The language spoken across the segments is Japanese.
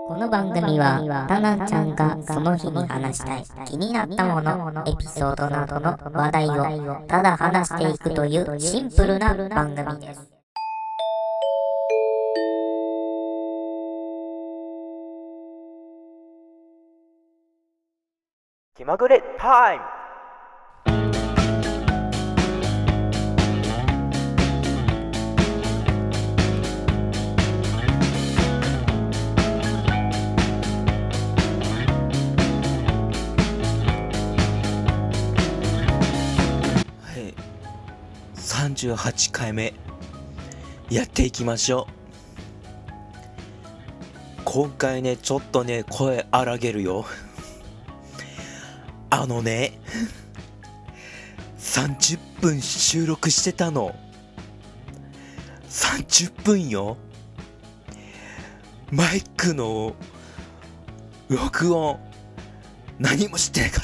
この番組はタナちゃんがその日に話したい気になったもの、エピソードなどの話題をただ話していくというシンプルな番組です。 気まぐれタイム。38回目やっていきましょう。今回ねちょっとね声荒げるよ。30分収録してたの。30分よ。マイクの録音何もしてなかった。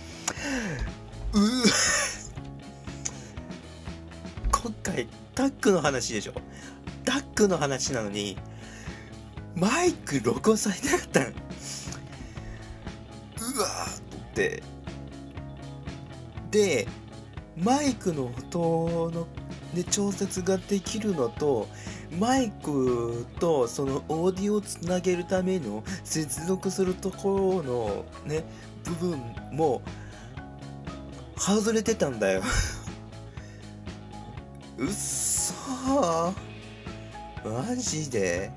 今回タックの話でしょ。タックの話なのにマイク録音されてなかったの。うわーってでマイクの音の、ね、調節ができるのとマイクとそのオーディオをつなげるための接続するところのね部分も外れてたんだよ。うっそー、マジで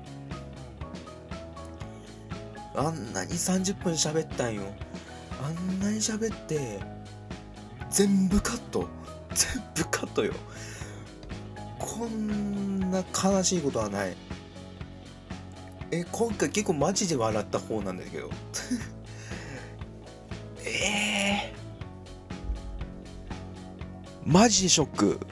あんなに30分喋ったんよ。あんなに喋って全部カットよ。こんな悲しいことはない。今回結構マジで笑った方なんだけど。マジでショック。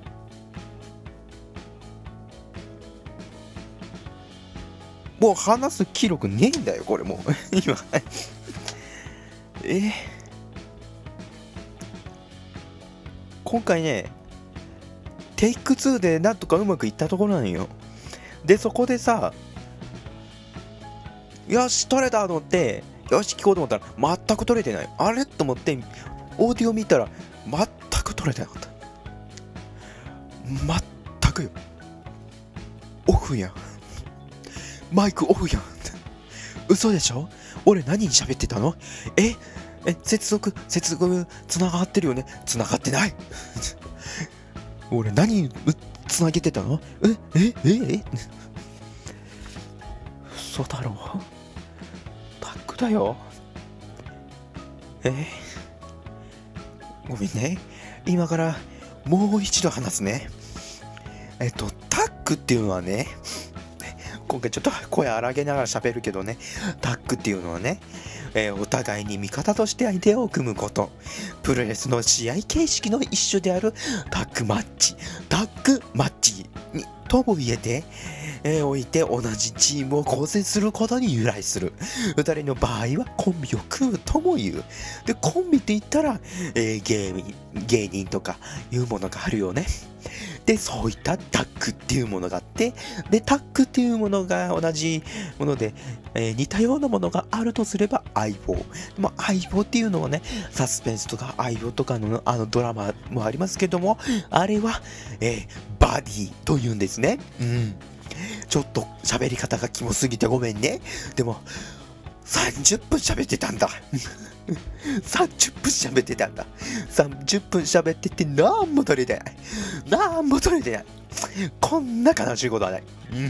もう話す記録ねえんだよこれもう今。今回ねテイク2でなんとかうまくいったところなんよ。でそこでさ、よし撮れたと思ってよし聞こうと思ったら全く撮れてない。あれと思ってオーディオ見たら全く撮れてなかった。全くよ。オフやん。マイクオフやん。嘘でしょ。俺何に喋ってたの。接続つながってるよね。つながってない。俺何つなげてたの。嘘だろ。タックだよ。ごめんね。今からもう一度話すね。タックっていうのはね、今回ちょっと声荒げながら喋るけどね、タックっていうのはね、お互いに味方として相手を組むこと。プロレスの試合形式の一種であるタッグマッチにとも言えて、おいて同じチームを構成することに由来する。二人の場合はコンビを組むとも言う。でコンビって言ったら、芸人とかいうものがあるよね。でそういったタッグっていうものがあって、でタッグっていうものが同じもので、似たようなものがあるとすれば相棒。相棒っていうのはね、サスペンスとか相棒とかのドラマもありますけども、あれは、バディというんですね。ちょっと喋り方がキモすぎてごめんね。でも30分喋ってたんだ。30分喋ってたんだ。30分喋っててなんも取れてない。こんな悲しいことはない。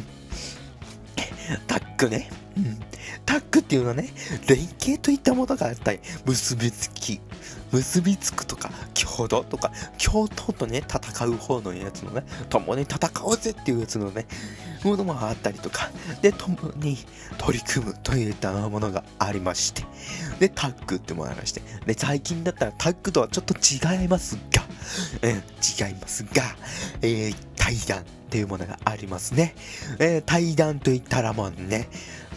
タッグね。タッグっていうのはね、連携といったものがあったり、結びつくとか、共同とか、共闘とね、戦う方のやつのね、共に戦おうぜっていうやつのね、ものもあったりとか、で、共に取り組むといったものがありまして、で、タッグってものがありまして、で、最近だったらタッグとはちょっと違いますが、対談っていうものがありますね。対談といったらもうね、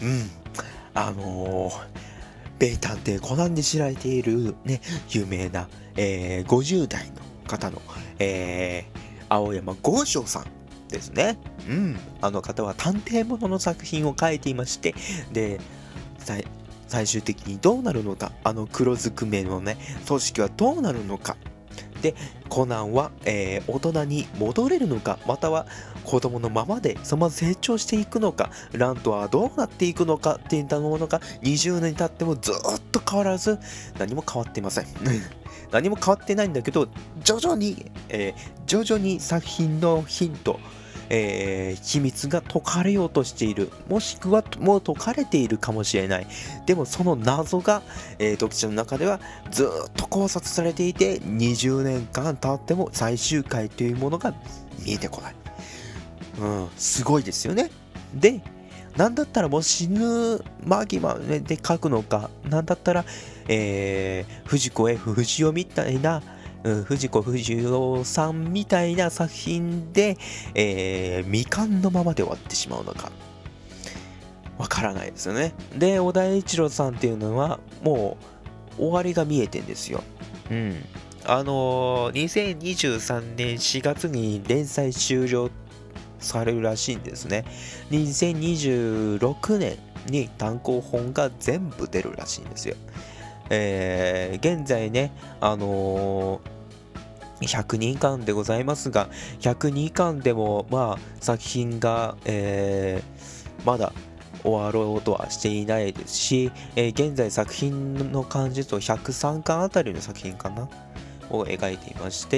名探偵コナンで知られているね、有名な、50代の方の、青山剛昌さんですね。あの方は探偵ものの作品を書いていまして、で、最終的にどうなるのか、あの黒ずくめのね、組織はどうなるのか。で、コナンは、大人に戻れるのか、または子供のままでそのまま成長していくのか、ラントはどうなっていくのかっていったものが20年経ってもずっと変わらず、何も変わっていません。何も変わってないんだけど、徐々に作品のヒント、秘密が解かれようとしている、もしくはもう解かれているかもしれない。でもその謎が、読者の中ではずっと考察されていて、20年間経っても最終回というものが見えてこない。すごいですよね。で、なんだったらもう死ぬ間際で書くのか、なんだったら、藤子 F 不二雄みたいな、藤子不二雄さんみたいな作品で、未完のままで終わってしまうのかわからないですよね。で、小田栄一郎さんっていうのはもう終わりが見えてんですよ。2023年4月に連載終了されるらしいんですね。2026年に単行本が全部出るらしいんですよ。現在ね、100人間でございますが、100人間でも作品が、まだ終わろうとはしていないですし、現在作品の巻数と103巻あたりの作品かなを描いていまして、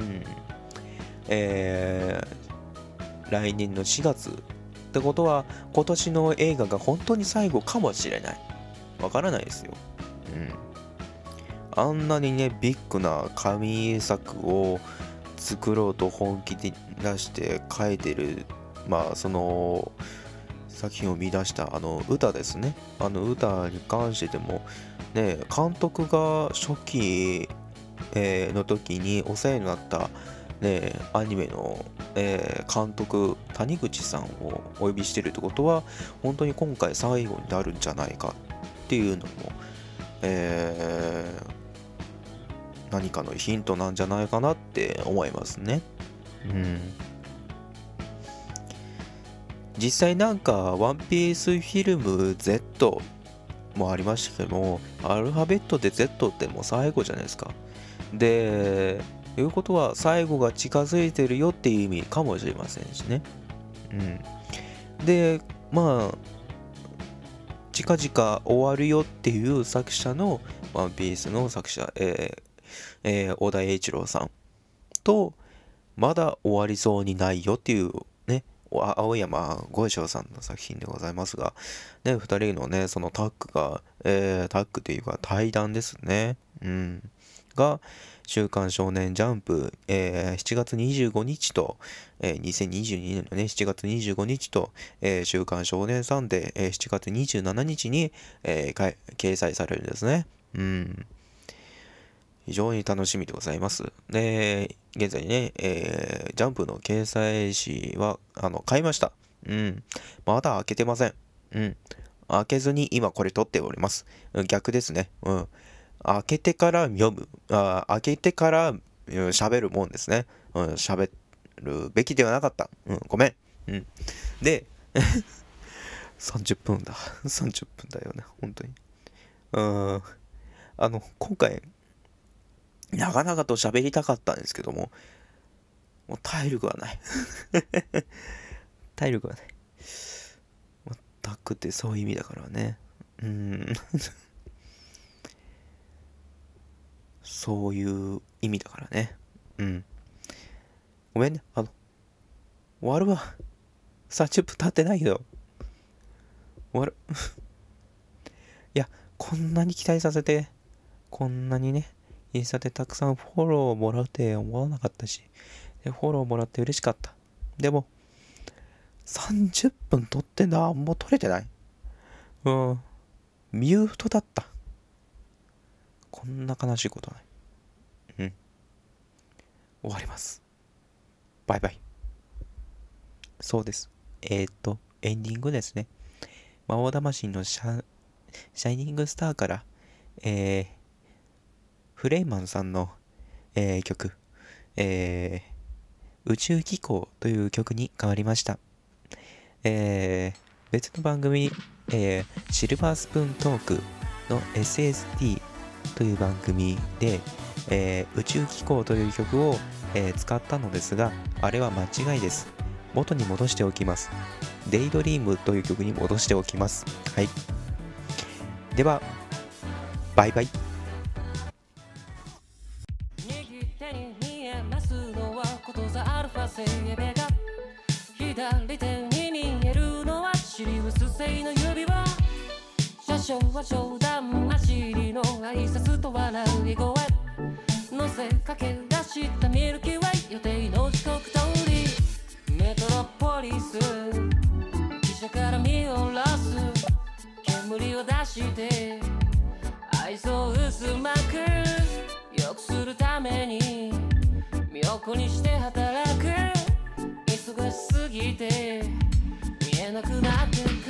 来年の4月ってことは今年の映画が本当に最後かもしれない。わからないですよ。あんなにねビッグな神作を作ろうと本気で出して書いてるその作品を見出した歌ですね。歌に関してもね、監督が初期、の時にお世話になったアニメの、監督谷口さんをお呼びしてるってことは本当に今回最後になるんじゃないかっていうのも、何かのヒントなんじゃないかなって思いますね。実際なんかワンピースフィルム Z もありましたけども、アルファベットで Z ってもう最後じゃないですか。でいうことは最後が近づいてるよっていう意味かもしれませんしね。で近々終わるよっていう作者のワンピースの作者、小田栄一郎さんとまだ終わりそうにないよっていうね、青山五章さんの作品でございますが、ね、2人のねそのタッグが、タッグというか対談ですね。が週刊少年ジャンプ、7月25日と、2022年のね7月25日と、週刊少年サンデー、7月27日に、掲載されるんですね。非常に楽しみでございます。で、現在ね、ジャンプの掲載誌は買いました。まだ開けてません。開けずに今これ撮っております。逆ですね。開けてから読む。開けてから喋るもんですね。喋るべきではなかった。ごめん。で、30分だ。30分だよね。本当に。今回、長々と喋りたかったんですけども、もう体力がない。体力がない。タックってそういう意味だからね。そういう意味だからね。ごめんね。終わるわ。30分経ってないけど。終わる。いや、こんなに期待させて、こんなにね、インスタでたくさんフォローをもらうって思わなかったし、でフォローもらって嬉しかった。でも、30分撮ってなんも撮れてない。ミュートだった。こんな悲しいことない。終わります。バイバイ。そうです。エンディングですね。魔王魂のシャイニングスターから、フレイマンさんの、曲、 宇宙機構という曲に変わりました。別の番組、シルバースプーントークの SST という番組で、宇宙機構という曲を、使ったのですが、あれは間違いです。元に戻しておきます。デイドリームという曲に戻しておきます。はい。では、バイバイ。 右手に見えますのはことざアルファセイベが、左手に見えるのはシリウス星の指輪。車掌は冗談交じりの挨拶と笑い声、乗せかけ出したミルキーウェイ、予定の時刻通りメトロポリス、汽車から見下ろす煙を出して愛想薄まく良くするために身を粉にして働く、忙しすぎて見えなくなってく